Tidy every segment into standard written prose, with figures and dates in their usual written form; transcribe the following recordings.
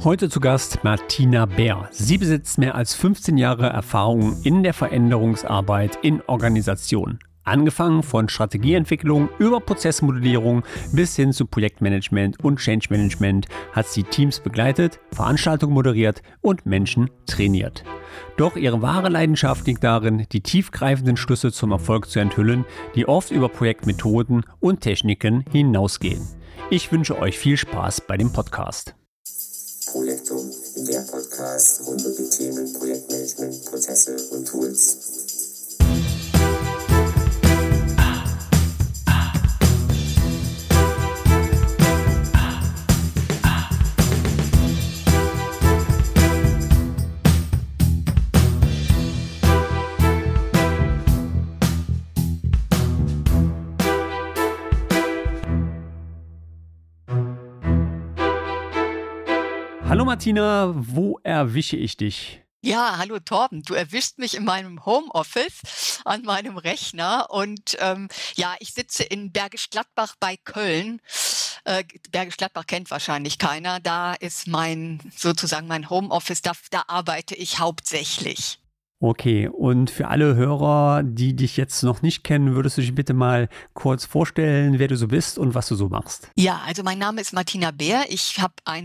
Heute zu Gast Martina Bär. Sie besitzt mehr als 15 Jahre Erfahrung in der Veränderungsarbeit in Organisationen. Angefangen von Strategieentwicklung über Prozessmodellierung bis hin zu Projektmanagement und Change Management hat sie Teams begleitet, Veranstaltungen moderiert und Menschen trainiert. Doch ihre wahre Leidenschaft liegt darin, die tiefgreifenden Schlüsse zum Erfolg zu enthüllen, die oft über Projektmethoden und Techniken hinausgehen. Ich wünsche euch viel Spaß bei dem Podcast. Projektum, der Podcast rund um die Themen Projektmanagement, Prozesse und Tools. Hallo Martina, wo erwische ich dich? Ja, hallo Torben. Du erwischst mich in meinem Homeoffice an meinem Rechner und ich sitze in Bergisch Gladbach bei Köln. Bergisch Gladbach kennt wahrscheinlich keiner. Da ist mein Homeoffice, da arbeite ich hauptsächlich. Okay, und für alle Hörer, die dich jetzt noch nicht kennen, würdest du dich bitte mal kurz vorstellen, wer du so bist und was du so machst? Ja, also mein Name ist Martina Bär. Ich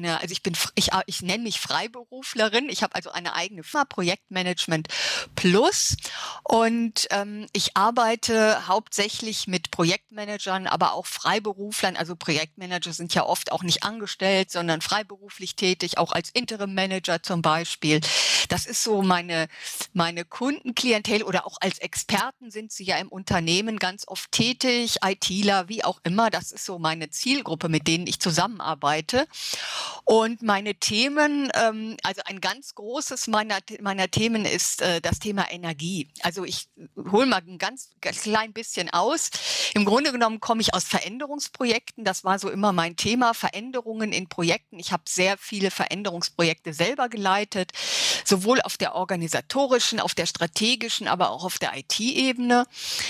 nenne mich Freiberuflerin. Ich habe also eine eigene Firma, Projektmanagement Plus, und ich arbeite hauptsächlich mit Projektmanagern, aber auch Freiberuflern. Also Projektmanager sind ja oft auch nicht angestellt, sondern freiberuflich tätig, auch als Interim-Manager zum Beispiel. Das ist so meine Kundenklientel, oder auch als Experten sind sie ja im Unternehmen ganz oft tätig, ITler, wie auch immer. Das ist so meine Zielgruppe, mit denen ich zusammenarbeite. Und meine Themen, also ein ganz großes meiner Themen ist das Thema Energie. Also ich hole mal ein ganz klein bisschen aus. Im Grunde genommen komme ich aus Veränderungsprojekten. Das war so immer mein Thema, Veränderungen in Projekten. Ich habe sehr viele Veränderungsprojekte selber geleitet, sowohl auf der organisatorischen, auf der strategischen, aber auch auf der IT-Ebene.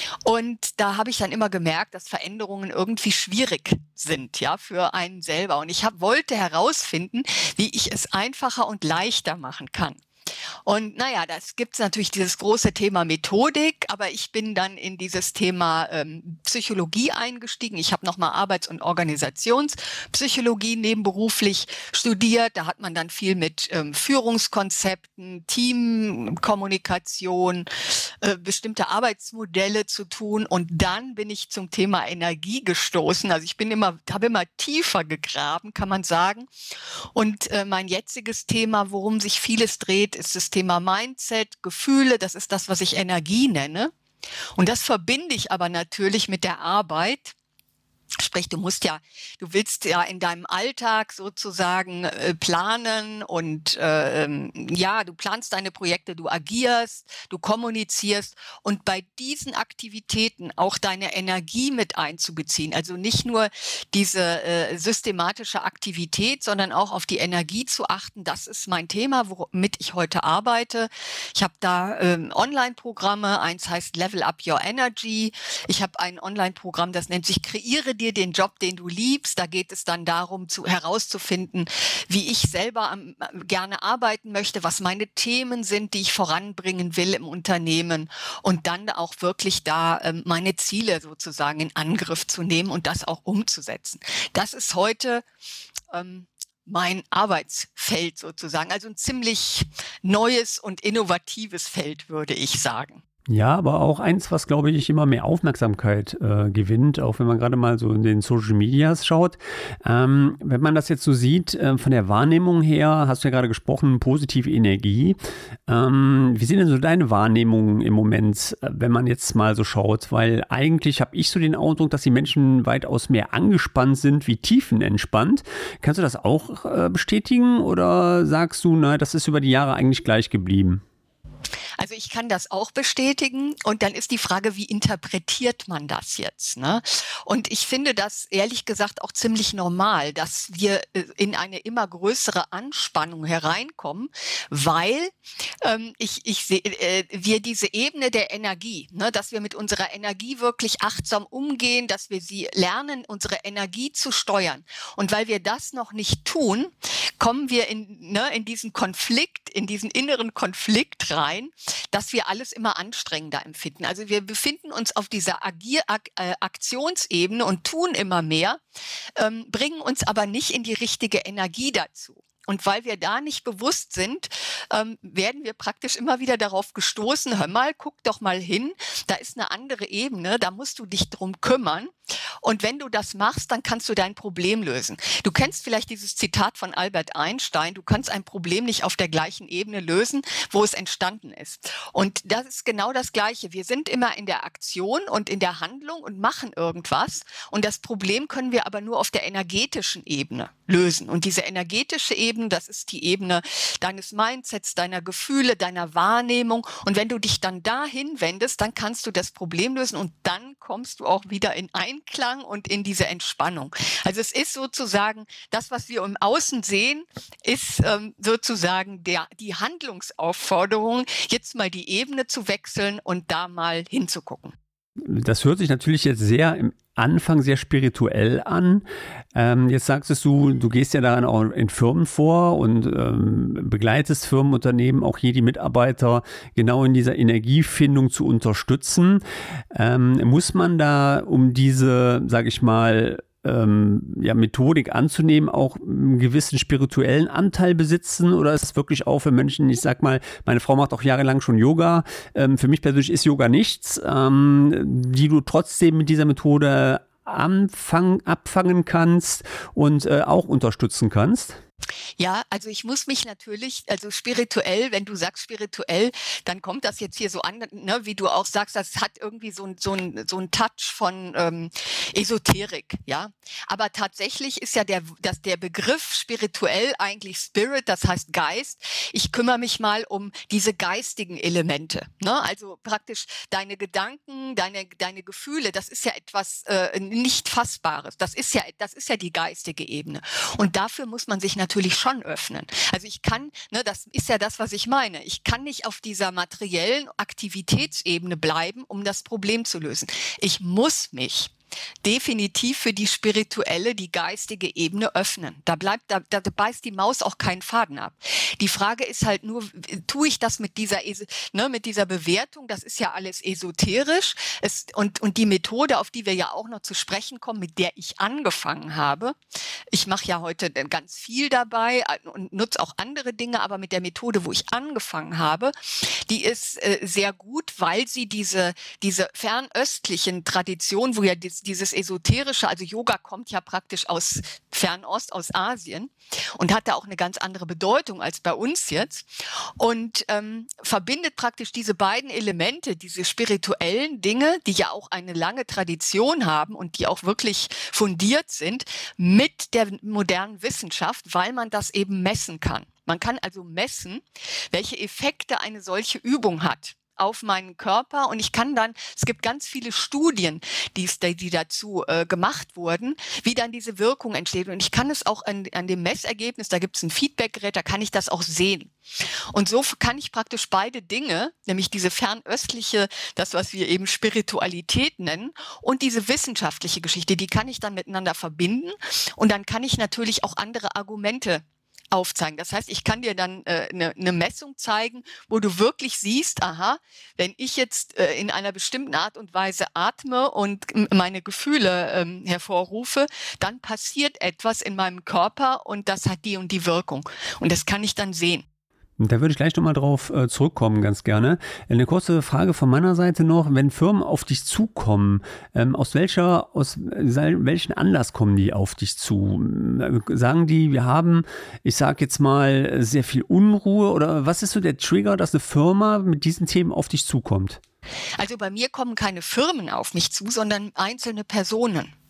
Und da habe ich dann immer gemerkt, dass Veränderungen irgendwie schwierig sind, ja, für einen selber. Und ich wollte herausfinden, wie ich es einfacher und leichter machen kann. Und das gibt's natürlich, dieses große Thema Methodik, aber ich bin dann in dieses Thema Psychologie eingestiegen. Ich habe nochmal Arbeits- und Organisationspsychologie nebenberuflich studiert. Da hat man dann viel mit Führungskonzepten, Teamkommunikation, bestimmte Arbeitsmodelle zu tun. Und dann bin ich zum Thema Energie gestoßen. Also ich habe immer tiefer gegraben, kann man sagen. Und mein jetziges Thema, worum sich vieles dreht, ist das Thema Mindset, Gefühle. Das ist das, was ich Energie nenne. Und das verbinde ich aber natürlich mit der Arbeit. Sprich, du willst ja in deinem Alltag sozusagen planen und du planst deine Projekte, du agierst, du kommunizierst, und bei diesen Aktivitäten auch deine Energie mit einzubeziehen. Also nicht nur diese systematische Aktivität, sondern auch auf die Energie zu achten. Das ist mein Thema, womit ich heute arbeite. Ich habe da Online-Programme. Eins heißt Level Up Your Energy. Ich habe ein Online-Programm, das nennt sich Kreiere dir den Job, den du liebst. Da geht es dann darum, herauszufinden, wie ich selber gerne arbeiten möchte, was meine Themen sind, die ich voranbringen will im Unternehmen, und dann auch wirklich da meine Ziele sozusagen in Angriff zu nehmen und das auch umzusetzen. Das ist heute mein Arbeitsfeld sozusagen, also ein ziemlich neues und innovatives Feld, würde ich sagen. Ja, aber auch eins, was, glaube ich, immer mehr Aufmerksamkeit gewinnt, auch wenn man gerade mal so in den Social Medias schaut. Wenn man das jetzt so sieht, von der Wahrnehmung her, hast du ja gerade gesprochen, positive Energie. Wie sind denn so deine Wahrnehmungen im Moment, wenn man jetzt mal so schaut? Weil eigentlich habe ich so den Eindruck, dass die Menschen weitaus mehr angespannt sind wie tiefenentspannt. Kannst du das auch bestätigen, oder sagst du, das ist über die Jahre eigentlich gleich geblieben? Also ich kann das auch bestätigen und dann ist die Frage, wie interpretiert man das jetzt, ne? Und ich finde das ehrlich gesagt auch ziemlich normal, dass wir in eine immer größere Anspannung hereinkommen, weil wir diese Ebene der Energie, ne, dass wir mit unserer Energie wirklich achtsam umgehen, dass wir sie lernen, unsere Energie zu steuern. Und weil wir das noch nicht tun, kommen wir in diesen Konflikt, in diesen inneren Konflikt rein, dass wir alles immer anstrengender empfinden. Also wir befinden uns auf dieser Aktionsebene und tun immer mehr, bringen uns aber nicht in die richtige Energie dazu. Und weil wir da nicht bewusst sind, werden wir praktisch immer wieder darauf gestoßen, hör mal, guck doch mal hin, da ist eine andere Ebene, da musst du dich drum kümmern. Und wenn du das machst, dann kannst du dein Problem lösen. Du kennst vielleicht dieses Zitat von Albert Einstein, du kannst ein Problem nicht auf der gleichen Ebene lösen, wo es entstanden ist. Und das ist genau das Gleiche. Wir sind immer in der Aktion und in der Handlung und machen irgendwas. Und das Problem können wir aber nur auf der energetischen Ebene lösen. Und diese energetische Ebene, das ist die Ebene deines Mindsets, deiner Gefühle, deiner Wahrnehmung. Und wenn du dich dann dahin wendest, dann kannst du das Problem lösen und dann kommst du auch wieder in Einklang und in diese Entspannung. Also es ist sozusagen, das, was wir im Außen sehen, ist sozusagen die Handlungsaufforderung, jetzt mal die Ebene zu wechseln und da mal hinzugucken. Das hört sich natürlich jetzt sehr im Anfang sehr spirituell an. Jetzt sagst du, du gehst ja daran auch in Firmen vor und begleitest Firmenunternehmen, auch hier die Mitarbeiter genau in dieser Energiefindung zu unterstützen. Muss man da, um diese, sage ich mal, Methodik anzunehmen, auch einen gewissen spirituellen Anteil besitzen, oder ist es wirklich auch für Menschen, ich sag mal, meine Frau macht auch jahrelang schon Yoga, für mich persönlich ist Yoga nichts, die du trotzdem mit dieser Methode abfangen kannst und auch unterstützen kannst? Ja, also ich muss mich natürlich, also spirituell, wenn du sagst spirituell, dann kommt das jetzt hier so an, ne, wie du auch sagst, das hat irgendwie so ein Touch von Esoterik, ja. Aber tatsächlich ist ja der Begriff spirituell eigentlich Spirit, das heißt Geist. Ich kümmere mich mal um diese geistigen Elemente, ne? Also praktisch deine Gedanken, deine Gefühle, das ist ja etwas nicht Fassbares. Das ist ja die geistige Ebene. Und dafür muss man sich natürlich schon öffnen. Also ich kann, ne, das ist ja das, was ich meine. Ich kann nicht auf dieser materiellen Aktivitätsebene bleiben, um das Problem zu lösen. Ich muss mich definitiv für die spirituelle, die geistige Ebene öffnen. Da beißt die Maus auch keinen Faden ab. Die Frage ist halt nur, tue ich das mit dieser Bewertung? Das ist ja alles esoterisch. Und die Methode, auf die wir ja auch noch zu sprechen kommen, mit der ich angefangen habe. Ich mache ja heute ganz viel dabei und nutze auch andere Dinge, aber mit der Methode, wo ich angefangen habe, die ist sehr gut, weil sie diese fernöstlichen Traditionen, wo ja dieses esoterische, also Yoga kommt ja praktisch aus Fernost, aus Asien und hat da auch eine ganz andere Bedeutung als bei uns jetzt und verbindet praktisch diese beiden Elemente, diese spirituellen Dinge, die ja auch eine lange Tradition haben und die auch wirklich fundiert sind, mit der modernen Wissenschaft, weil man das eben messen kann. Man kann also messen, welche Effekte eine solche Übung hat auf meinen Körper und ich kann dann, es gibt ganz viele Studien, die dazu gemacht wurden, wie dann diese Wirkung entsteht und ich kann es auch an dem Messergebnis, da gibt es ein Feedbackgerät, da kann ich das auch sehen. Und so kann ich praktisch beide Dinge, nämlich diese fernöstliche, das was wir eben Spiritualität nennen und diese wissenschaftliche Geschichte, die kann ich dann miteinander verbinden und dann kann ich natürlich auch andere Argumente aufzeigen. Das heißt, ich kann dir dann eine Messung zeigen, wo du wirklich siehst, aha, wenn ich jetzt in einer bestimmten Art und Weise atme und meine Gefühle hervorrufe, dann passiert etwas in meinem Körper und das hat die und die Wirkung. Und das kann ich dann sehen. Da würde ich gleich nochmal drauf zurückkommen, ganz gerne. Eine kurze Frage von meiner Seite noch. Wenn Firmen auf dich zukommen, aus welchen Anlass kommen die auf dich zu? Sagen die, wir haben, ich sage jetzt mal, sehr viel Unruhe oder was ist so der Trigger, dass eine Firma mit diesen Themen auf dich zukommt? Also bei mir kommen keine Firmen auf mich zu, sondern einzelne Personen.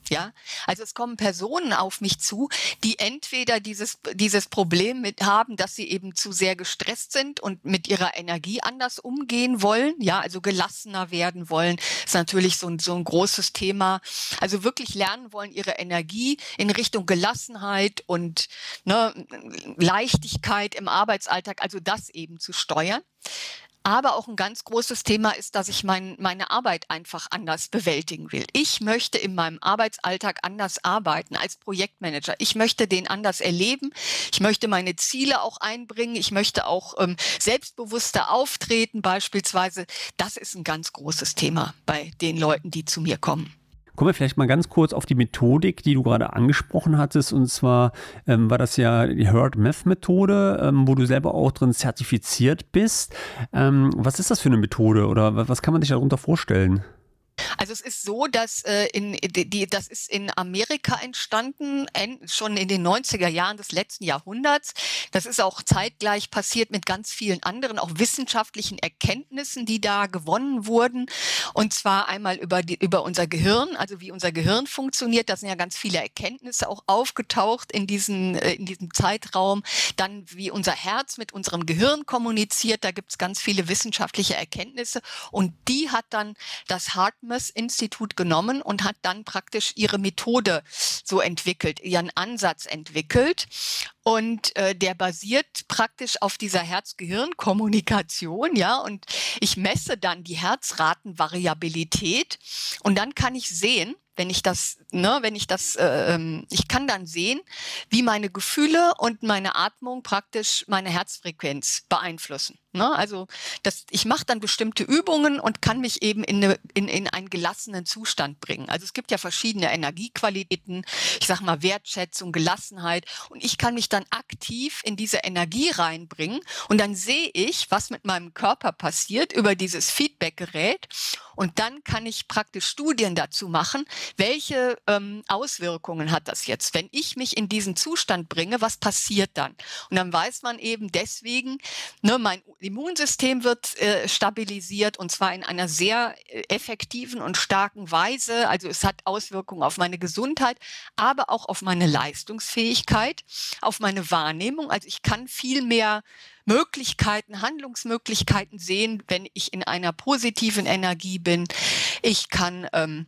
Ja, also es kommen Personen auf mich zu, die entweder dieses Problem mit haben, dass sie eben zu sehr gestresst sind und mit ihrer Energie anders umgehen wollen, ja, also gelassener werden wollen, ist natürlich so ein großes Thema. Also wirklich lernen wollen, ihre Energie in Richtung Gelassenheit und Leichtigkeit im Arbeitsalltag, also das eben zu steuern. Aber auch ein ganz großes Thema ist, dass ich meine Arbeit einfach anders bewältigen will. Ich möchte in meinem Arbeitsalltag anders arbeiten als Projektmanager. Ich möchte den anders erleben. Ich möchte meine Ziele auch einbringen. Ich möchte auch selbstbewusster auftreten beispielsweise. Das ist ein ganz großes Thema bei den Leuten, die zu mir kommen. Kommen wir vielleicht mal ganz kurz auf die Methodik, die du gerade angesprochen hattest. Und zwar war das ja die HEART-Methode, wo du selber auch drin zertifiziert bist. Was ist das für eine Methode oder was kann man sich darunter vorstellen? Also es ist so, dass das ist in Amerika entstanden, schon in den 90er Jahren des letzten Jahrhunderts. Das ist auch zeitgleich passiert mit ganz vielen anderen, auch wissenschaftlichen Erkenntnissen, die da gewonnen wurden. Und zwar einmal über unser Gehirn, also wie unser Gehirn funktioniert. Da sind ja ganz viele Erkenntnisse auch aufgetaucht in diesem Zeitraum. Dann wie unser Herz mit unserem Gehirn kommuniziert. Da gibt es ganz viele wissenschaftliche Erkenntnisse. Und die hat dann das HeartMath-Institut genommen und hat dann praktisch ihre Methode so entwickelt, ihren Ansatz entwickelt. Und der basiert praktisch auf dieser Herz-Gehirn-Kommunikation, ja. Und ich messe dann die Herzratenvariabilität und dann kann ich sehen, ich kann dann sehen, wie meine Gefühle und meine Atmung praktisch meine Herzfrequenz beeinflussen. Ne? Also ich mache dann bestimmte Übungen und kann mich eben in einen gelassenen Zustand bringen. Also es gibt ja verschiedene Energiequalitäten, ich sag mal Wertschätzung, Gelassenheit und ich kann mich dann aktiv in diese Energie reinbringen und dann sehe ich, was mit meinem Körper passiert über dieses Feedbackgerät und dann kann ich praktisch Studien dazu machen, welche Auswirkungen hat das jetzt? Wenn ich mich in diesen Zustand bringe, was passiert dann? Und dann weiß man eben deswegen, mein Immunsystem wird stabilisiert und zwar in einer sehr effektiven und starken Weise. Also es hat Auswirkungen auf meine Gesundheit, aber auch auf meine Leistungsfähigkeit, auf meine Wahrnehmung. Also ich kann viel mehr Handlungsmöglichkeiten sehen, wenn ich in einer positiven Energie bin. Ich kann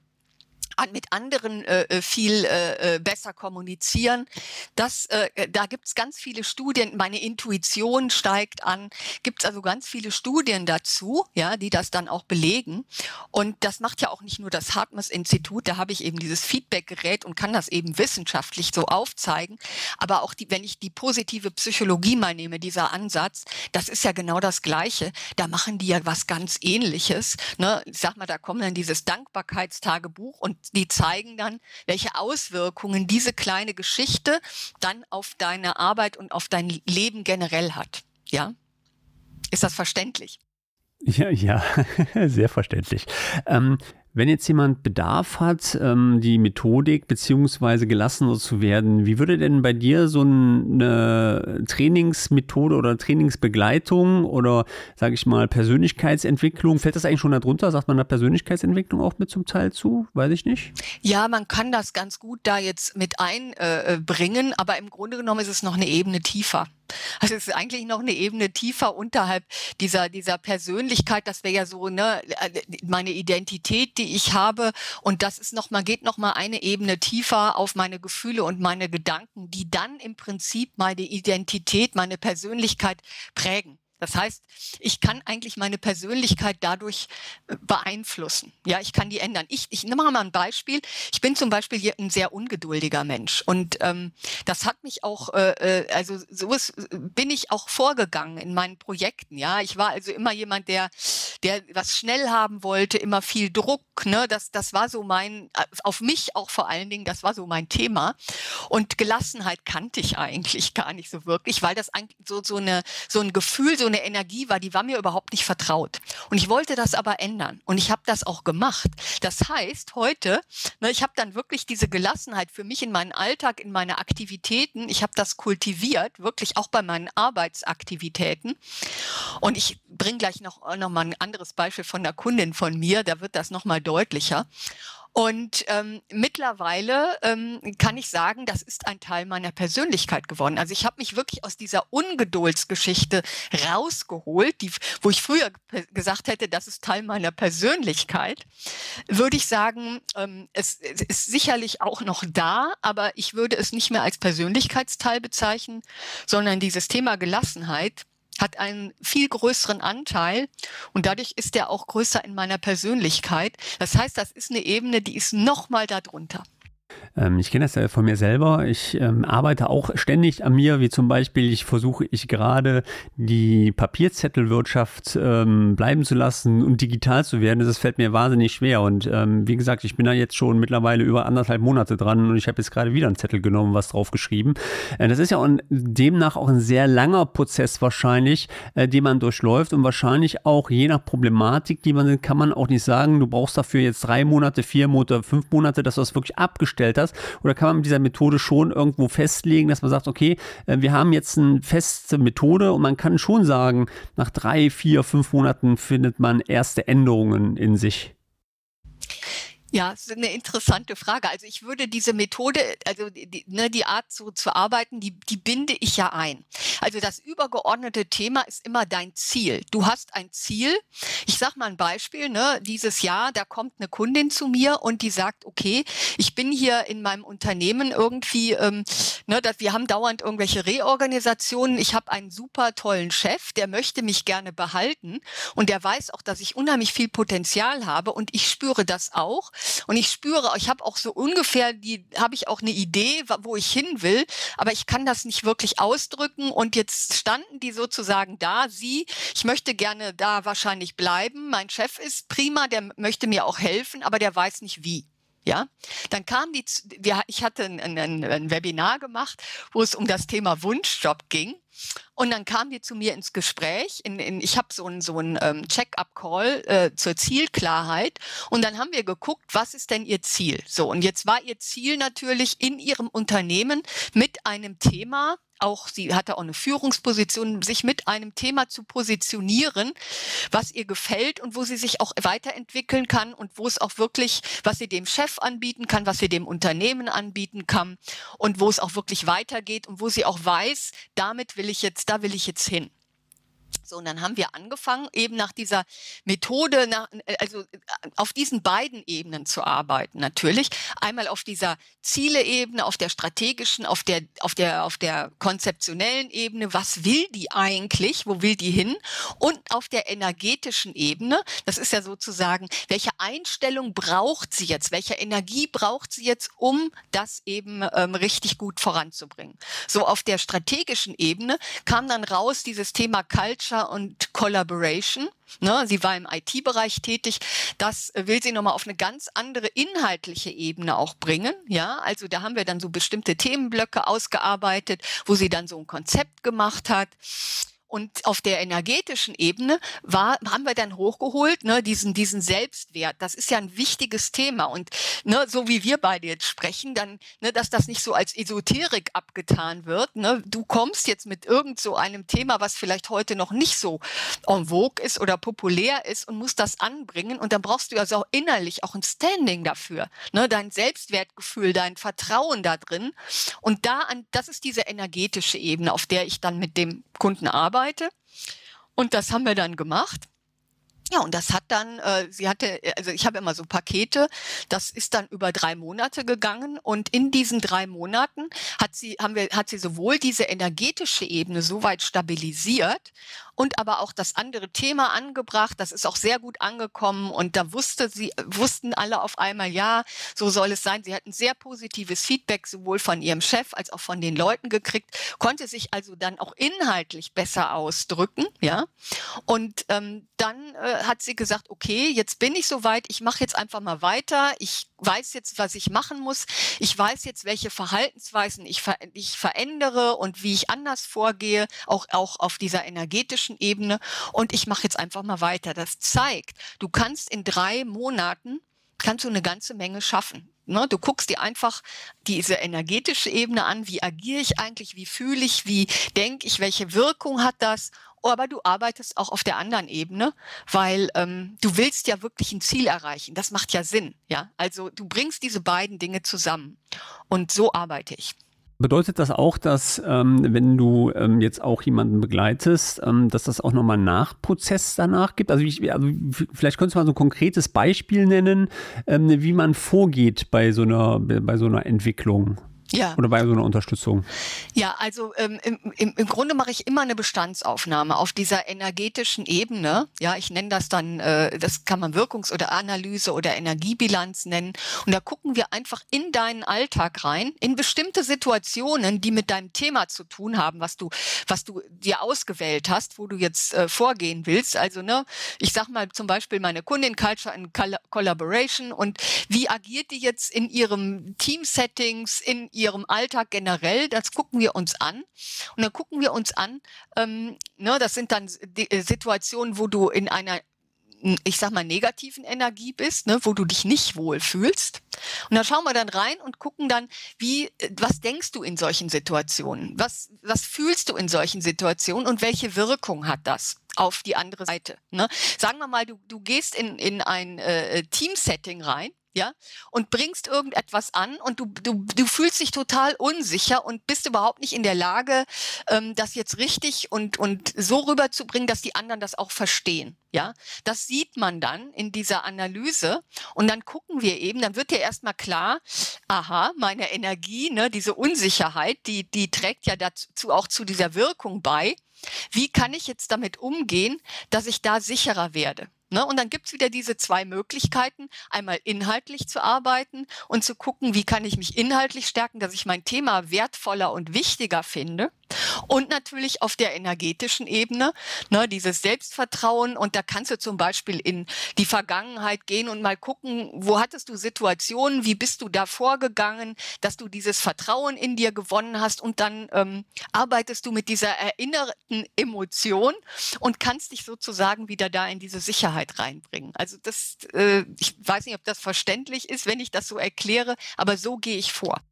mit anderen viel besser kommunizieren. Da gibt es ganz viele Studien. Meine Intuition steigt an. Gibt es also ganz viele Studien dazu, ja, die das dann auch belegen. Und das macht ja auch nicht nur das HeartMath-Institut. Da habe ich eben dieses Feedbackgerät und kann das eben wissenschaftlich so aufzeigen. Aber auch wenn ich die positive Psychologie mal nehme, dieser Ansatz, das ist ja genau das Gleiche. Da machen die ja was ganz Ähnliches. Ne? Ich sag mal, da kommt dann dieses Dankbarkeitstagebuch und die zeigen dann, welche Auswirkungen diese kleine Geschichte dann auf deine Arbeit und auf dein Leben generell hat. Ja? Ist das verständlich? Ja, sehr verständlich. Wenn jetzt jemand Bedarf hat, die Methodik beziehungsweise gelassener zu werden, wie würde denn bei dir so eine Trainingsmethode oder Trainingsbegleitung oder, sage ich mal, Persönlichkeitsentwicklung, fällt das eigentlich schon darunter? Sagt man da Persönlichkeitsentwicklung auch mit zum Teil zu? Weiß ich nicht. Ja, man kann das ganz gut da jetzt mit einbringen, aber im Grunde genommen ist es noch eine Ebene tiefer. Also es ist eigentlich noch eine Ebene tiefer unterhalb dieser Persönlichkeit. Das wäre ja so, meine Identität, die ich habe. Und das ist geht noch mal eine Ebene tiefer auf meine Gefühle und meine Gedanken, die dann im Prinzip meine Identität, meine Persönlichkeit prägen. Das heißt, ich kann eigentlich meine Persönlichkeit dadurch beeinflussen. Ja, ich kann die ändern. Ich nehme mal ein Beispiel. Ich bin zum Beispiel hier ein sehr ungeduldiger Mensch. Und das hat mich auch, bin ich auch vorgegangen in meinen Projekten. Ja, ich war also immer jemand, der was schnell haben wollte, immer viel Druck. Ne? Das war so auf mich auch vor allen Dingen, das war so mein Thema. Und Gelassenheit kannte ich eigentlich gar nicht so wirklich, weil das eigentlich so ein Gefühl, so eine Energie war, die war mir überhaupt nicht vertraut. Und ich wollte das aber ändern. Und ich habe das auch gemacht. Das heißt, heute, ich habe dann wirklich diese Gelassenheit für mich in meinen Alltag, in meine Aktivitäten, ich habe das kultiviert, wirklich auch bei meinen Arbeitsaktivitäten. Und ich bringe gleich noch mal ein anderes Beispiel von einer Kundin von mir, da wird das noch mal deutlicher. Und mittlerweile kann ich sagen, das ist ein Teil meiner Persönlichkeit geworden. Also ich habe mich wirklich aus dieser Ungeduldsgeschichte rausgeholt, wo ich früher gesagt hätte, das ist Teil meiner Persönlichkeit. Würde ich sagen, es ist sicherlich auch noch da, aber ich würde es nicht mehr als Persönlichkeitsteil bezeichnen, sondern dieses Thema Gelassenheit hat einen viel größeren Anteil und dadurch ist er auch größer in meiner Persönlichkeit. Das heißt, das ist eine Ebene, die ist noch mal darunter. Ich kenne das ja von mir selber. Ich arbeite auch ständig an mir, wie zum Beispiel, versuche gerade die Papierzettelwirtschaft bleiben zu lassen und digital zu werden. Das fällt mir wahnsinnig schwer. Und wie gesagt, ich bin da jetzt schon mittlerweile über 1,5 Monate dran und ich habe jetzt gerade wieder einen Zettel genommen, was drauf geschrieben. Das ist ja demnach auch ein sehr langer Prozess wahrscheinlich, den man durchläuft und wahrscheinlich auch je nach Problematik, kann man auch nicht sagen, du brauchst dafür jetzt 3 Monate, 4 Monate, 5 Monate, dass du das wirklich abgestellt hast. Oder kann man mit dieser Methode schon irgendwo festlegen, dass man sagt, okay, wir haben jetzt eine feste Methode und man kann schon sagen, nach 3, 4, 5 Monaten findet man erste Änderungen in sich? Ja, das ist eine interessante Frage. Also ich würde diese Methode, also die Art so zu arbeiten, die binde ich ja ein. Also das übergeordnete Thema ist immer dein Ziel. Du hast ein Ziel. Ich sag mal ein Beispiel, dieses Jahr, da kommt eine Kundin zu mir und die sagt, okay, ich bin hier in meinem Unternehmen irgendwie, wir haben dauernd irgendwelche Reorganisationen. Ich habe einen super tollen Chef, der möchte mich gerne behalten und der weiß auch, dass ich unheimlich viel Potenzial habe und ich spüre das auch. Und ich habe auch so ungefähr, habe ich auch eine Idee, wo ich hin will, aber ich kann das nicht wirklich ausdrücken. Und jetzt standen die sozusagen da, ich möchte gerne da wahrscheinlich bleiben. Mein Chef ist prima, der möchte mir auch helfen, aber der weiß nicht wie. Ja, dann ich hatte ein Webinar gemacht, wo es um das Thema Wunschjob ging. Und dann kamen die zu mir ins Gespräch. Ich habe so einen Check-up-Call zur Zielklarheit. Und dann haben wir geguckt, was ist denn ihr Ziel? So, und jetzt war ihr Ziel natürlich in ihrem Unternehmen mit einem Thema, sie hatte auch eine Führungsposition, sich mit einem Thema zu positionieren, was ihr gefällt und wo sie sich auch weiterentwickeln kann und wo es auch wirklich, was sie dem Chef anbieten kann, was sie dem Unternehmen anbieten kann und wo es auch wirklich weitergeht und wo sie auch weiß, da will ich jetzt hin. So, und dann haben wir angefangen, eben nach dieser Methode, auf diesen beiden Ebenen zu arbeiten. Natürlich einmal auf dieser Ziele-Ebene, auf der strategischen, auf der konzeptionellen Ebene. Was will die eigentlich? Wo will die hin? Und auf der energetischen Ebene. Das ist ja sozusagen, welche Einstellung braucht sie jetzt? Welche Energie braucht sie jetzt, um das eben richtig gut voranzubringen? So, auf der strategischen Ebene kam dann raus dieses Thema Culture und Collaboration. Sie war im IT-Bereich tätig. Das will sie nochmal auf eine ganz andere inhaltliche Ebene auch bringen. Ja, also da haben wir dann so bestimmte Themenblöcke ausgearbeitet, wo sie dann so ein Konzept gemacht hat. Und auf der energetischen Ebene haben wir dann hochgeholt, diesen Selbstwert. Das ist ja ein wichtiges Thema. Und so wie wir beide jetzt sprechen, dann, dass das nicht so als Esoterik abgetan wird. Du kommst jetzt mit irgend so einem Thema, was vielleicht heute noch nicht so en vogue ist oder populär ist und musst das anbringen. Und dann brauchst du also auch innerlich auch ein Standing dafür. Dein Selbstwertgefühl, dein Vertrauen da drin. Und das ist diese energetische Ebene, auf der ich dann mit dem Kunden arbeite. Und das haben wir dann gemacht. Ja, und das hat dann, ich habe immer so Pakete, das ist dann über 3 Monate gegangen und in diesen 3 Monaten hat sie sowohl diese energetische Ebene soweit stabilisiert und aber auch das andere Thema angebracht. Das ist auch sehr gut angekommen und da wussten alle auf einmal, ja, so soll es sein. Sie hatten sehr positives Feedback sowohl von ihrem Chef als auch von den Leuten gekriegt, konnte sich also dann auch inhaltlich besser ausdrücken, ja. Und dann hat sie gesagt, okay, jetzt bin ich soweit, ich mache jetzt einfach mal weiter. Ich weiß jetzt, was ich machen muss. Ich weiß jetzt, welche Verhaltensweisen ich verändere und wie ich anders vorgehe, auch auf dieser energetischen Ebene. Und ich mache jetzt einfach mal weiter. Das zeigt, du kannst in 3 Monaten eine ganze Menge schaffen. Du guckst dir einfach diese energetische Ebene an, wie agiere ich eigentlich, wie fühle ich, wie denke ich, welche Wirkung hat das aber du arbeitest auch auf der anderen Ebene, weil du willst ja wirklich ein Ziel erreichen. Das macht ja Sinn, ja. Also du bringst diese beiden Dinge zusammen und so arbeite ich. Bedeutet das auch, dass wenn du jetzt auch jemanden begleitest, dass das auch nochmal einen Nachprozess danach gibt? Also, vielleicht könntest du mal so ein konkretes Beispiel nennen, wie man vorgeht bei so einer Entwicklung. Ja. Oder bei so einer Unterstützung? Ja, also im Grunde mache ich immer eine Bestandsaufnahme auf dieser energetischen Ebene. Ja, ich nenne das dann, das kann man Wirkungs- oder Analyse oder Energiebilanz nennen. Und da gucken wir einfach in deinen Alltag rein, in bestimmte Situationen, die mit deinem Thema zu tun haben, was du dir ausgewählt hast, wo du jetzt vorgehen willst. Also, ne, ich sag mal zum Beispiel meine Kundin Culture and Collaboration und wie agiert die jetzt in ihrem Team-Settings, in ihrem Alltag generell, das gucken wir uns an. Und dann gucken wir uns an, ne, das sind dann die Situationen, wo du in einer, ich sag mal, negativen Energie bist, ne, wo du dich nicht wohl fühlst. Und da schauen wir dann rein und gucken dann, was denkst du in solchen Situationen? Was fühlst du in solchen Situationen und welche Wirkung hat das auf die andere Seite? Ne? Sagen wir mal, du gehst in ein Team-Setting rein, ja, und bringst irgendetwas an und du fühlst dich total unsicher und bist überhaupt nicht in der Lage, das jetzt richtig und so rüberzubringen, dass die anderen das auch verstehen. Ja, das sieht man dann in dieser Analyse und dann gucken wir eben, dann wird dir erstmal klar, aha, meine Energie, ne, diese Unsicherheit, die trägt ja dazu auch zu dieser Wirkung bei. Wie kann ich jetzt damit umgehen, dass ich da sicherer werde? Ne? Und dann gibt's wieder diese zwei Möglichkeiten, einmal inhaltlich zu arbeiten und zu gucken, wie kann ich mich inhaltlich stärken, dass ich mein Thema wertvoller und wichtiger finde. Und natürlich auf der energetischen Ebene, ne, dieses Selbstvertrauen. Und da kannst du zum Beispiel in die Vergangenheit gehen und mal gucken, wo hattest du Situationen, wie bist du da vorgegangen, dass du dieses Vertrauen in dir gewonnen hast und dann arbeitest du mit dieser erinnerten Emotion und kannst dich sozusagen wieder da in diese Sicherheit reinbringen. Also ich weiß nicht, ob das verständlich ist, wenn ich das so erkläre, aber so gehe ich vor.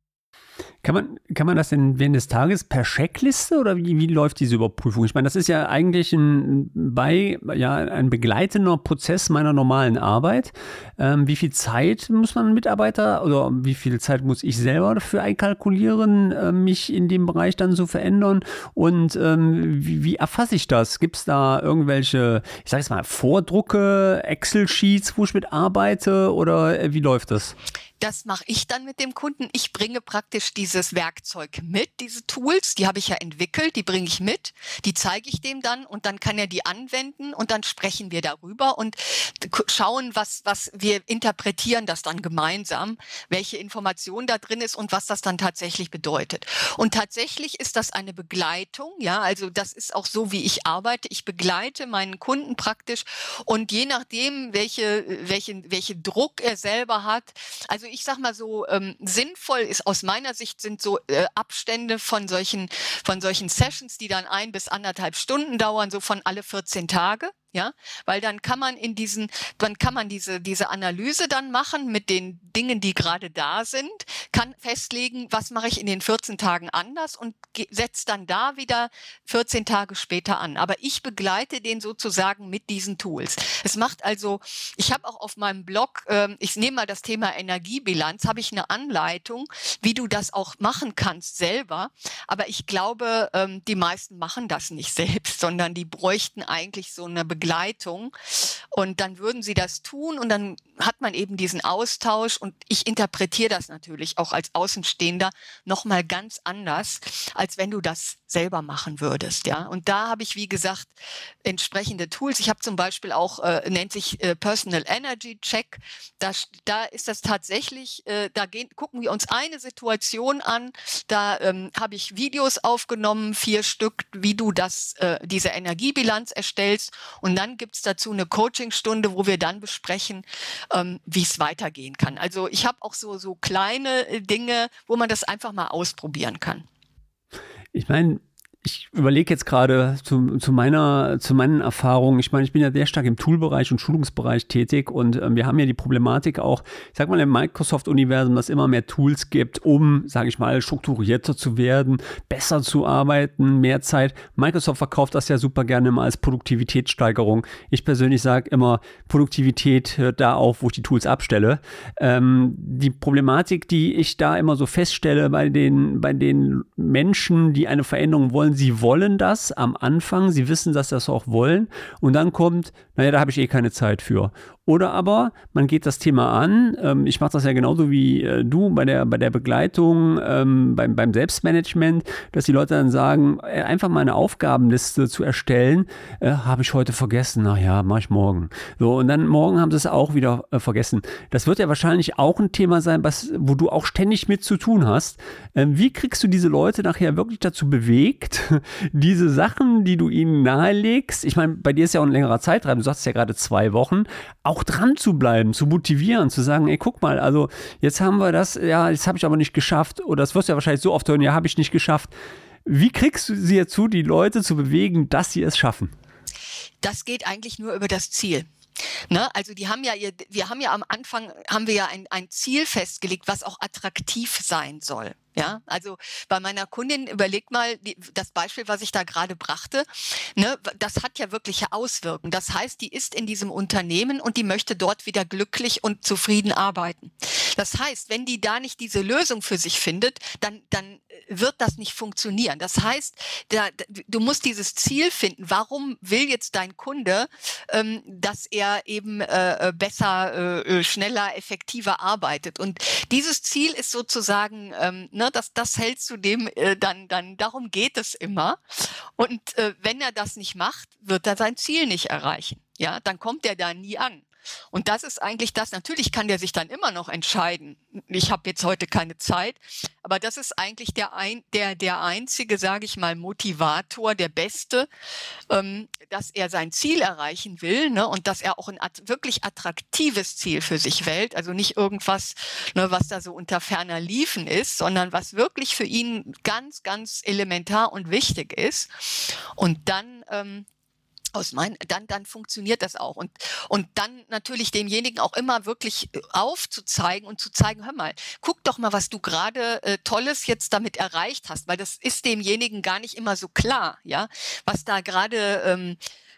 Kann man das denn während des Tages per Checkliste oder wie läuft diese Überprüfung? Ich meine, das ist ja eigentlich ein begleitender Prozess meiner normalen Arbeit. Wie viel Zeit muss man Mitarbeiter oder wie viel Zeit muss ich selber dafür einkalkulieren, mich in dem Bereich dann zu verändern? Und wie erfasse ich das? Gibt es da irgendwelche, ich sage jetzt mal, Vordrucke, Excel-Sheets, wo ich mit arbeite oder wie läuft das? Das mache ich dann mit dem Kunden. Ich bringe praktisch dieses Werkzeug mit, diese Tools, die habe ich ja entwickelt, die bringe ich mit, die zeige ich dem dann und dann kann er die anwenden und dann sprechen wir darüber und schauen, was wir interpretieren das dann gemeinsam, welche Information da drin ist und was das dann tatsächlich bedeutet. Und tatsächlich ist das eine Begleitung, ja, also das ist auch so, wie ich arbeite. Ich begleite meinen Kunden praktisch und je nachdem, welche Druck er selber hat, also ich sag mal so, sinnvoll ist aus meiner Sicht sind so Abstände von solchen Sessions, die dann 1 bis 1,5 Stunden dauern, so von alle 14 Tage. Ja, weil dann kann man diese Analyse dann machen mit den Dingen, die gerade da sind, kann festlegen, was mache ich in den 14 Tagen anders und setzt dann da wieder 14 Tage später an. Aber ich begleite den sozusagen mit diesen Tools. Es macht also, ich habe auch auf meinem Blog, ich nehme mal das Thema Energiebilanz, habe ich eine Anleitung, wie du das auch machen kannst selber. Aber ich glaube, die meisten machen das nicht selbst, sondern die bräuchten eigentlich so eine Begleitung und dann würden sie das tun und dann hat man eben diesen Austausch und ich interpretiere das natürlich auch als Außenstehender nochmal ganz anders, als wenn du das selber machen würdest, ja. Und da habe ich, wie gesagt, entsprechende Tools. Ich habe zum Beispiel auch, nennt sich Personal Energy Check. Da ist das tatsächlich, gucken wir uns eine Situation an. Da habe ich Videos aufgenommen, 4 Stück, wie du diese Energiebilanz erstellst. Und dann gibt's dazu eine Coachingstunde, wo wir dann besprechen, wie es weitergehen kann. Also ich habe auch so kleine Dinge, wo man das einfach mal ausprobieren kann. Ich meine, Ich überlege jetzt gerade zu meinen Erfahrungen. Ich meine, ich bin ja sehr stark im Toolbereich und Schulungsbereich tätig und wir haben ja die Problematik auch, ich sag mal, im Microsoft-Universum, dass es immer mehr Tools gibt, um, sage ich mal, strukturierter zu werden, besser zu arbeiten, mehr Zeit. Microsoft verkauft das ja super gerne immer als Produktivitätssteigerung. Ich persönlich sage immer, Produktivität hört da auf, wo ich die Tools abstelle. Die Problematik, die ich da immer so feststelle bei den Menschen, die eine Veränderung wollen, sie wollen das am Anfang, sie wissen, dass sie das auch wollen und dann kommt, naja, da habe ich keine Zeit für. Oder aber man geht das Thema an, ich mache das ja genauso wie du bei der Begleitung, beim Selbstmanagement, dass die Leute dann sagen, einfach mal eine Aufgabenliste zu erstellen, habe ich heute vergessen, naja, mache ich morgen. So, und dann morgen haben sie es auch wieder vergessen. Das wird ja wahrscheinlich auch ein Thema sein, wo du auch ständig mit zu tun hast. Wie kriegst du diese Leute nachher wirklich dazu bewegt, diese Sachen, die du ihnen nahelegst, ich meine, bei dir ist ja auch ein längerer Zeitraum, du sagst ja gerade 2 Wochen, auch dran zu bleiben, zu motivieren, zu sagen, ey, guck mal, also jetzt haben wir das, ja, jetzt habe ich aber nicht geschafft oder das wirst du ja wahrscheinlich so oft hören, ja, habe ich nicht geschafft. Wie kriegst du sie dazu, die Leute zu bewegen, dass sie es schaffen? Das geht eigentlich nur über das Ziel. Ne? Also wir haben ja am Anfang ein Ziel festgelegt, was auch attraktiv sein soll. Ja, also bei meiner Kundin, überleg mal, das Beispiel, was ich da gerade brachte, ne, das hat ja wirkliche Auswirkungen. Das heißt, die ist in diesem Unternehmen und die möchte dort wieder glücklich und zufrieden arbeiten. Das heißt, wenn die da nicht diese Lösung für sich findet, dann wird das nicht funktionieren. Das heißt, du musst dieses Ziel finden. Warum will jetzt dein Kunde, dass er eben besser, schneller, effektiver arbeitet? Und dieses Ziel ist sozusagen, das hältst du dem dann, darum geht es immer. Und wenn er das nicht macht, wird er sein Ziel nicht erreichen. Ja, dann kommt er da nie an. Und das ist eigentlich das. Natürlich kann der sich dann immer noch entscheiden, ich habe jetzt heute keine Zeit, aber das ist eigentlich der einzige, sage ich mal, Motivator, der beste, dass er sein Ziel erreichen will, ne, und dass er auch ein wirklich attraktives Ziel für sich wählt, also nicht irgendwas, ne, was da so unter ferner Liefen ist, sondern was wirklich für ihn ganz, ganz elementar und wichtig ist. Und dann dann funktioniert das auch. Und dann natürlich demjenigen auch immer wirklich aufzuzeigen und zu zeigen, hör mal, guck doch mal, was du gerade Tolles jetzt damit erreicht hast, weil das ist demjenigen gar nicht immer so klar, ja, was da gerade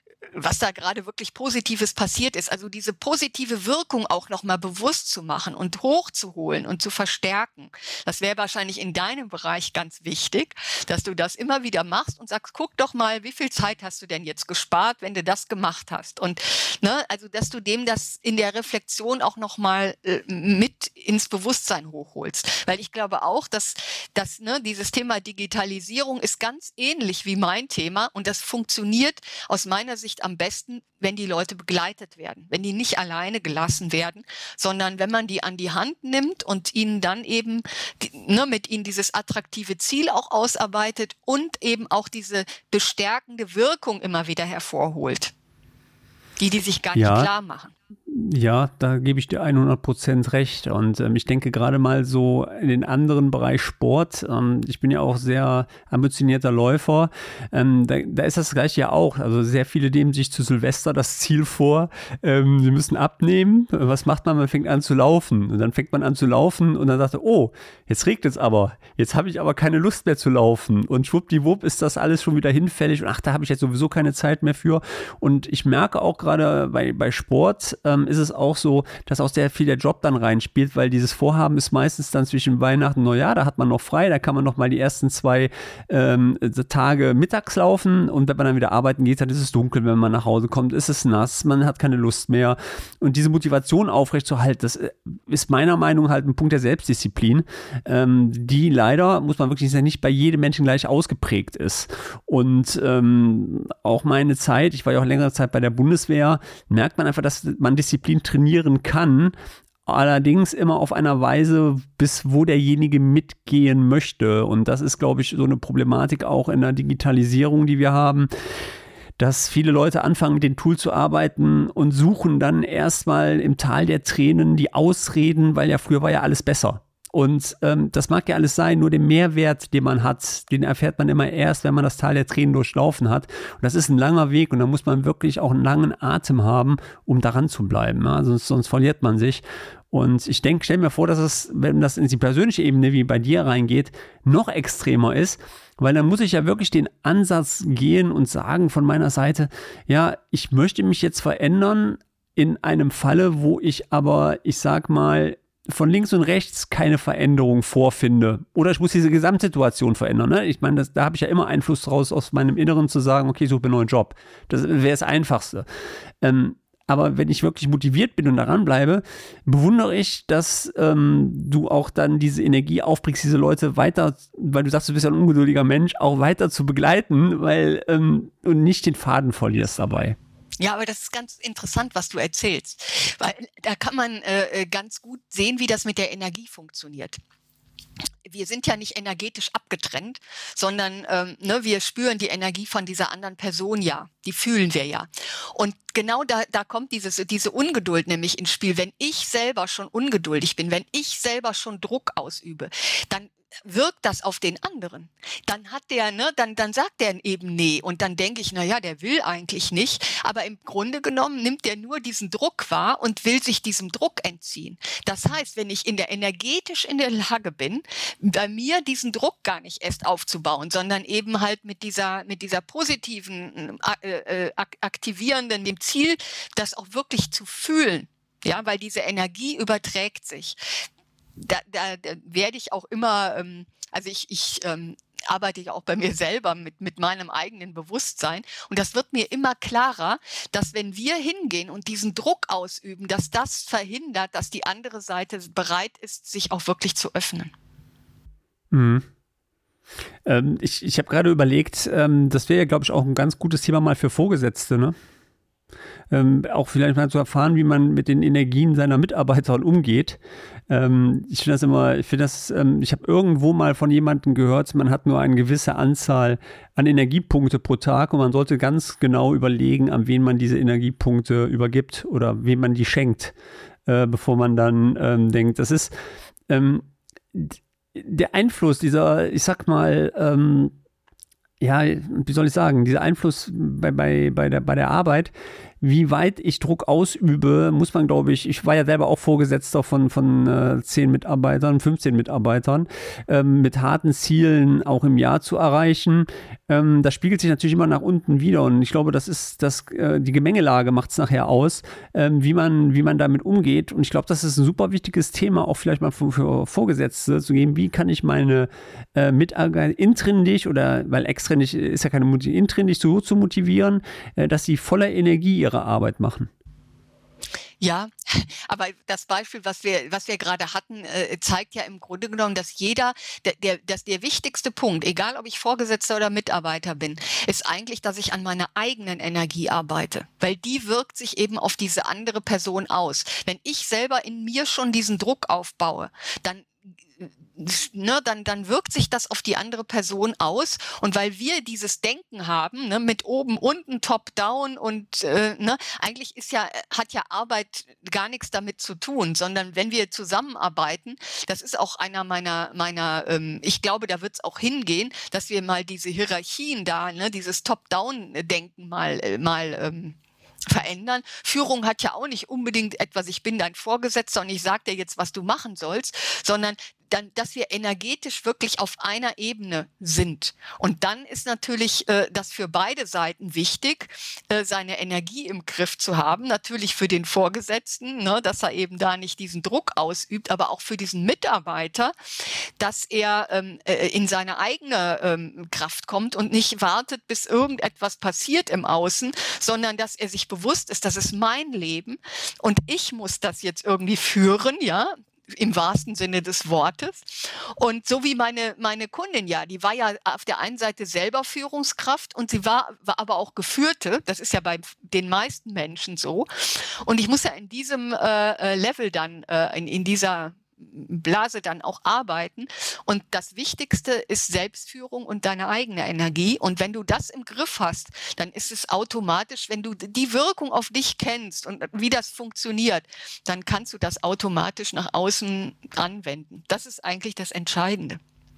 wirklich Positives passiert ist. Also diese positive Wirkung auch nochmal bewusst zu machen und hochzuholen und zu verstärken. Das wäre wahrscheinlich in deinem Bereich ganz wichtig, dass du das immer wieder machst und sagst, guck doch mal, wie viel Zeit hast du denn jetzt gespart, wenn du das gemacht hast? Und also dass du dem das in der Reflexion auch nochmal mit ins Bewusstsein hochholst. Weil ich glaube auch, dass dieses Thema Digitalisierung ist ganz ähnlich wie mein Thema und das funktioniert aus meiner Sicht am besten, wenn die Leute begleitet werden, wenn die nicht alleine gelassen werden, sondern wenn man die an die Hand nimmt und ihnen dann eben mit ihnen dieses attraktive Ziel auch ausarbeitet und eben auch diese bestärkende Wirkung immer wieder hervorholt, die sich gar nicht klar machen. Ja, da gebe ich dir 100% recht und ich denke gerade mal so in den anderen Bereich Sport, ich bin ja auch sehr ambitionierter Läufer, da ist das gleiche ja auch, also sehr viele nehmen sich zu Silvester das Ziel vor, sie müssen abnehmen, was macht man? Man fängt an zu laufen und dann fängt man an zu laufen und dann sagt er, oh, jetzt regnet es aber, jetzt habe ich aber keine Lust mehr zu laufen und schwuppdiwupp ist das alles schon wieder hinfällig und ach, da habe ich jetzt sowieso keine Zeit mehr für und ich merke auch gerade bei Sport, ist es auch so, dass auch sehr viel der Job dann reinspielt, weil dieses Vorhaben ist meistens dann zwischen Weihnachten und Neujahr, da hat man noch frei, da kann man noch mal die ersten 2 Tage mittags laufen und wenn man dann wieder arbeiten geht, dann ist es dunkel, wenn man nach Hause kommt, ist es nass, man hat keine Lust mehr und diese Motivation aufrechtzuerhalten, das ist meiner Meinung nach halt ein Punkt der Selbstdisziplin, die leider, muss man wirklich sagen, nicht bei jedem Menschen gleich ausgeprägt ist und auch meine Zeit, ich war ja auch längere Zeit bei der Bundeswehr, merkt man einfach, dass man Disziplin trainieren kann, allerdings immer auf einer Weise, bis wo derjenige mitgehen möchte. Und das ist, glaube ich, so eine Problematik auch in der Digitalisierung, die wir haben, dass viele Leute anfangen, mit dem Tool zu arbeiten und suchen dann erstmal im Tal der Tränen die Ausreden, weil ja früher war ja alles besser. Und das mag ja alles sein, nur den Mehrwert, den man hat, den erfährt man immer erst, wenn man das Tal der Tränen durchlaufen hat. Und das ist ein langer Weg und da muss man wirklich auch einen langen Atem haben, um daran zu bleiben. Ja? Sonst verliert man sich. Und ich denke, stell mir vor, dass es, wenn das in die persönliche Ebene wie bei dir reingeht, noch extremer ist, weil dann muss ich ja wirklich den Ansatz gehen und sagen von meiner Seite, ja, ich möchte mich jetzt verändern in einem Falle, wo ich aber, ich sag mal, von links und rechts keine Veränderung vorfinde. Oder ich muss diese Gesamtsituation verändern. Ne? Ich meine, da habe ich ja immer Einfluss draus, aus meinem Inneren zu sagen, okay, ich suche einen neuen Job. Das wäre das Einfachste. Aber wenn ich wirklich motiviert bin und daran bleibe, bewundere ich, dass du auch dann diese Energie aufbringst, diese Leute weiter, weil du sagst, du bist ja ein ungeduldiger Mensch, auch weiter zu begleiten, weil und nicht den Faden verlierst dabei. Ja, aber das ist ganz interessant, was du erzählst, weil da kann man ganz gut sehen, wie das mit der Energie funktioniert. Wir sind ja nicht energetisch abgetrennt, sondern wir spüren die Energie von dieser anderen Person ja, die fühlen wir ja. Und genau da kommt diese Ungeduld nämlich ins Spiel. Wenn ich selber schon ungeduldig bin, wenn ich selber schon Druck ausübe, dann wirkt das auf den anderen. Dann hat der, dann sagt der eben nee. Und dann denke ich, der will eigentlich nicht. Aber im Grunde genommen nimmt der nur diesen Druck wahr und will sich diesem Druck entziehen. Das heißt, wenn ich energetisch in der Lage bin, bei mir diesen Druck gar nicht erst aufzubauen, sondern eben halt mit dieser positiven, aktivierenden, dem Ziel, das auch wirklich zu fühlen. Ja, weil diese Energie überträgt sich. Da werde ich auch immer, ich arbeite ja auch bei mir selber mit meinem eigenen Bewusstsein und das wird mir immer klarer, dass wenn wir hingehen und diesen Druck ausüben, dass das verhindert, dass die andere Seite bereit ist, sich auch wirklich zu öffnen. Mhm. Ich habe gerade überlegt, das wäre ja, glaube ich, auch ein ganz gutes Thema mal für Vorgesetzte, ne? Auch vielleicht mal zu erfahren, wie man mit den Energien seiner Mitarbeiter umgeht. Ich habe irgendwo mal von jemandem gehört, man hat nur eine gewisse Anzahl an Energiepunkte pro Tag und man sollte ganz genau überlegen, an wen man diese Energiepunkte übergibt oder wem man die schenkt, bevor man dann denkt, das ist der Einfluss dieser, ich sag mal, wie soll ich sagen, dieser Einfluss bei der Arbeit, wie weit ich Druck ausübe, muss man, glaube ich war ja selber auch Vorgesetzter von 10 Mitarbeitern, 15 Mitarbeitern, mit harten Zielen auch im Jahr zu erreichen. Das spiegelt sich natürlich immer nach unten wieder und ich glaube, die Gemengelage macht es nachher aus, wie man damit umgeht und ich glaube, das ist ein super wichtiges Thema, auch vielleicht mal für Vorgesetzte zu geben, wie kann ich meine Mitarbeiter intrinsisch oder, weil extrinsisch ist ja keine intrinsisch so zu motivieren, dass sie voller Energie ihre Arbeit machen. Ja, aber das Beispiel, was wir gerade hatten, zeigt ja im Grunde genommen, dass dass der wichtigste Punkt, egal ob ich Vorgesetzter oder Mitarbeiter bin, ist eigentlich, dass ich an meiner eigenen Energie arbeite, weil die wirkt sich eben auf diese andere Person aus. Wenn ich selber in mir schon diesen Druck aufbaue, dann wirkt sich das auf die andere Person aus. Und weil wir dieses Denken haben, mit oben, unten, top, down und eigentlich hat ja Arbeit gar nichts damit zu tun, sondern wenn wir zusammenarbeiten, das ist auch einer meiner ich glaube, da wird es auch hingehen, dass wir mal diese Hierarchien da, dieses Top-Down-Denken mal verändern. Führung hat ja auch nicht unbedingt etwas, ich bin dein Vorgesetzter und ich sage dir jetzt, was du machen sollst, sondern dann, dass wir energetisch wirklich auf einer Ebene sind. Und dann ist natürlich das für beide Seiten wichtig, seine Energie im Griff zu haben. Natürlich für den Vorgesetzten, dass er eben da nicht diesen Druck ausübt, aber auch für diesen Mitarbeiter, dass er in seine eigene Kraft kommt und nicht wartet, bis irgendetwas passiert im Außen, sondern dass er sich bewusst ist, das ist mein Leben und ich muss das jetzt irgendwie führen, ja, im wahrsten Sinne des Wortes. Und so wie meine Kundin, die war ja auf der einen Seite selber Führungskraft und sie war aber auch Geführte. Das ist ja bei den meisten Menschen so. Und ich muss ja in diesem Level dann, in dieser Blase dann auch arbeiten. Und das Wichtigste ist Selbstführung und deine eigene Energie. Und wenn du das im Griff hast, dann ist es automatisch, wenn du die Wirkung auf dich kennst und wie das funktioniert, dann kannst du das automatisch nach außen anwenden. Das ist eigentlich das Entscheidende.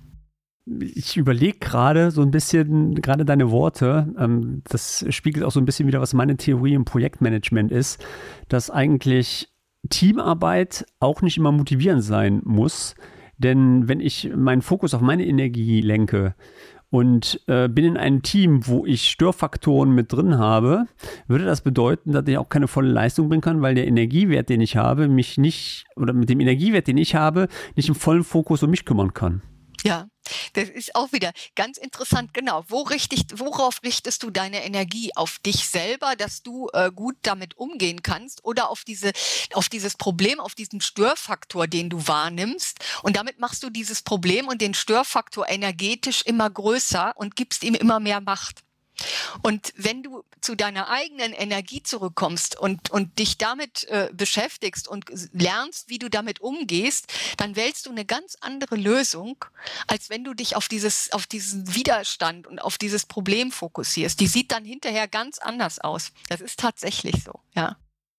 Ich überlege gerade so ein bisschen, gerade deine Worte, das spiegelt auch so ein bisschen wieder, was meine Theorie im Projektmanagement ist, dass eigentlich Teamarbeit auch nicht immer motivierend sein muss, denn wenn ich meinen Fokus auf meine Energie lenke und bin in einem Team, wo ich Störfaktoren mit drin habe, würde das bedeuten, dass ich auch keine volle Leistung bringen kann, weil der Energiewert, den ich habe, mich nicht, oder mit dem Energiewert, den ich habe, nicht im vollen Fokus um mich kümmern kann. Ja, das ist auch wieder ganz interessant. Genau. Worauf richtest du deine Energie? Auf dich selber, dass du gut damit umgehen kannst, oder auf dieses Problem, auf diesen Störfaktor, den du wahrnimmst? Und damit machst du dieses Problem und den Störfaktor energetisch immer größer und gibst ihm immer mehr Macht. Und wenn du zu deiner eigenen Energie zurückkommst und dich damit beschäftigst und lernst, wie du damit umgehst, dann wählst du eine ganz andere Lösung, als wenn du dich auf diesen Widerstand und auf dieses Problem fokussierst. Die sieht dann hinterher ganz anders aus. Das ist tatsächlich so, ja.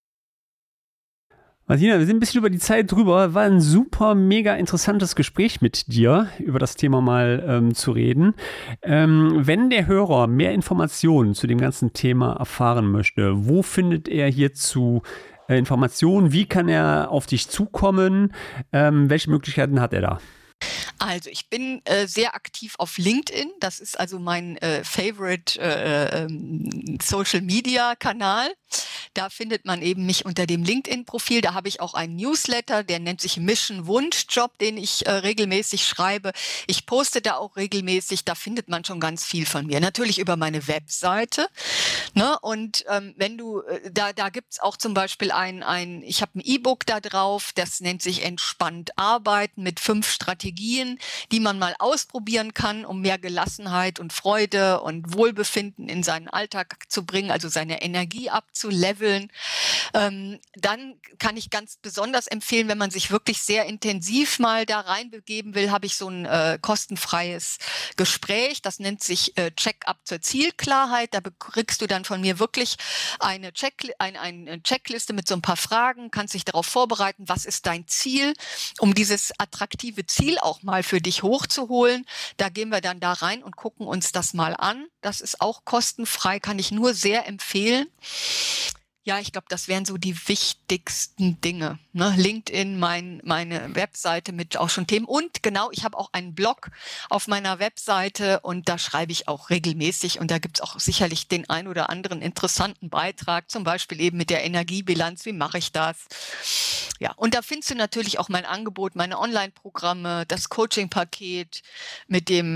Martina, wir sind ein bisschen über die Zeit drüber. War ein super, mega interessantes Gespräch mit dir, über das Thema mal zu reden. Wenn der Hörer mehr Informationen zu dem ganzen Thema erfahren möchte, wo findet er hierzu Informationen? Wie kann er auf dich zukommen? Welche Möglichkeiten hat er da? Also ich bin sehr aktiv auf LinkedIn. Das ist also mein Favorite Social-Media-Kanal. Da findet man eben mich unter dem LinkedIn-Profil. Da habe ich auch einen Newsletter, der nennt sich Mission Wunschjob, den ich regelmäßig schreibe. Ich poste da auch regelmäßig. Da findet man schon ganz viel von mir. Natürlich über meine Webseite. Ne? Und wenn du, da gibt's auch zum Beispiel ich habe ein E-Book da drauf, das nennt sich Entspannt arbeiten mit 5 Strategien, die man mal ausprobieren kann, um mehr Gelassenheit und Freude und Wohlbefinden in seinen Alltag zu bringen, also seine Energie abzuleveln. Dann kann ich ganz besonders empfehlen, wenn man sich wirklich sehr intensiv mal da reinbegeben will, habe ich so ein kostenfreies Gespräch, das nennt sich Check-up zur Zielklarheit. Da kriegst du dann von mir wirklich eine Checkliste mit so ein paar Fragen, kannst dich darauf vorbereiten, was ist dein Ziel, um dieses attraktive Ziel auch mal für dich hochzuholen. Da gehen wir dann da rein und gucken uns das mal an. Das ist auch kostenfrei, kann ich nur sehr empfehlen. Ja, ich glaube, das wären so die wichtigsten Dinge. Ne? LinkedIn, meine Webseite mit auch schon Themen. Und genau, ich habe auch einen Blog auf meiner Webseite und da schreibe ich auch regelmäßig. Und da gibt es auch sicherlich den ein oder anderen interessanten Beitrag, zum Beispiel eben mit der Energiebilanz. Wie mache ich das? Ja, und da findest du natürlich auch mein Angebot, meine Online-Programme, das Coaching-Paket mit dem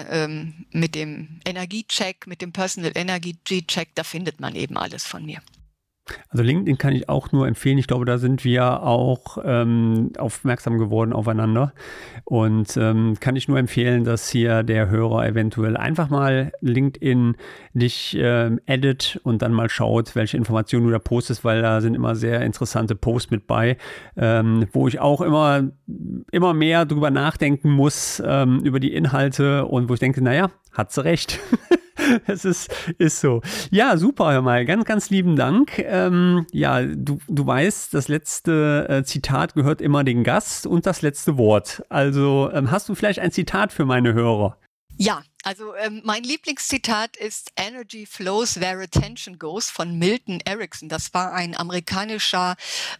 Energiecheck, mit dem Personal Energy Check. Da findet man eben alles von mir. Also LinkedIn kann ich auch nur empfehlen. Ich glaube, da sind wir auch aufmerksam geworden aufeinander. Und kann ich nur empfehlen, dass hier der Hörer eventuell einfach mal LinkedIn dich addet und dann mal schaut, welche Informationen du da postest, weil da sind immer sehr interessante Posts mit bei, wo ich auch immer mehr drüber nachdenken muss, über die Inhalte und wo ich denke, naja, hat sie recht. Es ist so. Ja, super, hör mal. Ganz, ganz lieben Dank. Ja, du weißt, das letzte Zitat gehört immer dem Gast und das letzte Wort. Also hast du vielleicht ein Zitat für meine Hörer? Ja, also mein Lieblingszitat ist Energy flows where attention goes von Milton Erickson. Das war ein amerikanischer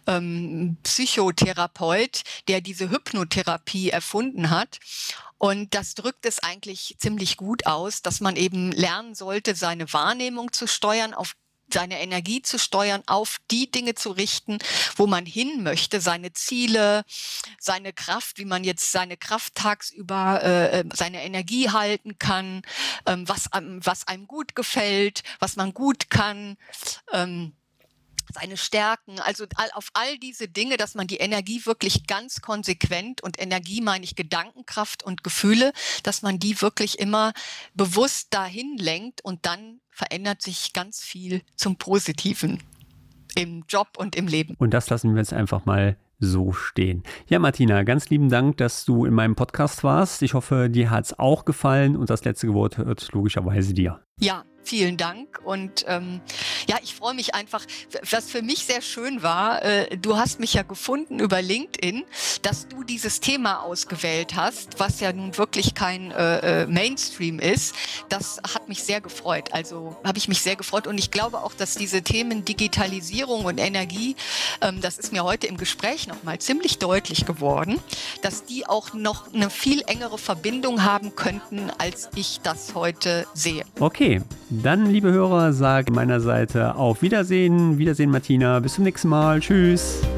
Psychotherapeut, der diese Hypnotherapie erfunden hat. Und das drückt es eigentlich ziemlich gut aus, dass man eben lernen sollte, seine Wahrnehmung zu steuern, auf seine Energie zu steuern, auf die Dinge zu richten, wo man hin möchte, seine Ziele, seine Kraft, wie man jetzt seine Kraft tagsüber, seine Energie halten kann, was einem gut gefällt, was man gut kann, seine Stärken, also auf all diese Dinge, dass man die Energie wirklich ganz konsequent, und Energie meine ich Gedankenkraft und Gefühle, dass man die wirklich immer bewusst dahin lenkt, und dann verändert sich ganz viel zum Positiven im Job und im Leben. Und das lassen wir jetzt einfach mal so stehen. Ja, Martina, ganz lieben Dank, dass du in meinem Podcast warst. Ich hoffe, dir hat es auch gefallen und das letzte Wort hört logischerweise dir. Ja, vielen Dank und ich freue mich einfach, was für mich sehr schön war, du hast mich ja gefunden über LinkedIn, dass du dieses Thema ausgewählt hast, was ja nun wirklich kein Mainstream ist. Das hat mich sehr gefreut, also habe ich mich sehr gefreut und ich glaube auch, dass diese Themen Digitalisierung und Energie, das ist mir heute im Gespräch nochmal ziemlich deutlich geworden, dass die auch noch eine viel engere Verbindung haben könnten, als ich das heute sehe. Okay, dann, liebe Hörer, sage meiner Seite auf Wiedersehen. Wiedersehen, Martina. Bis zum nächsten Mal. Tschüss.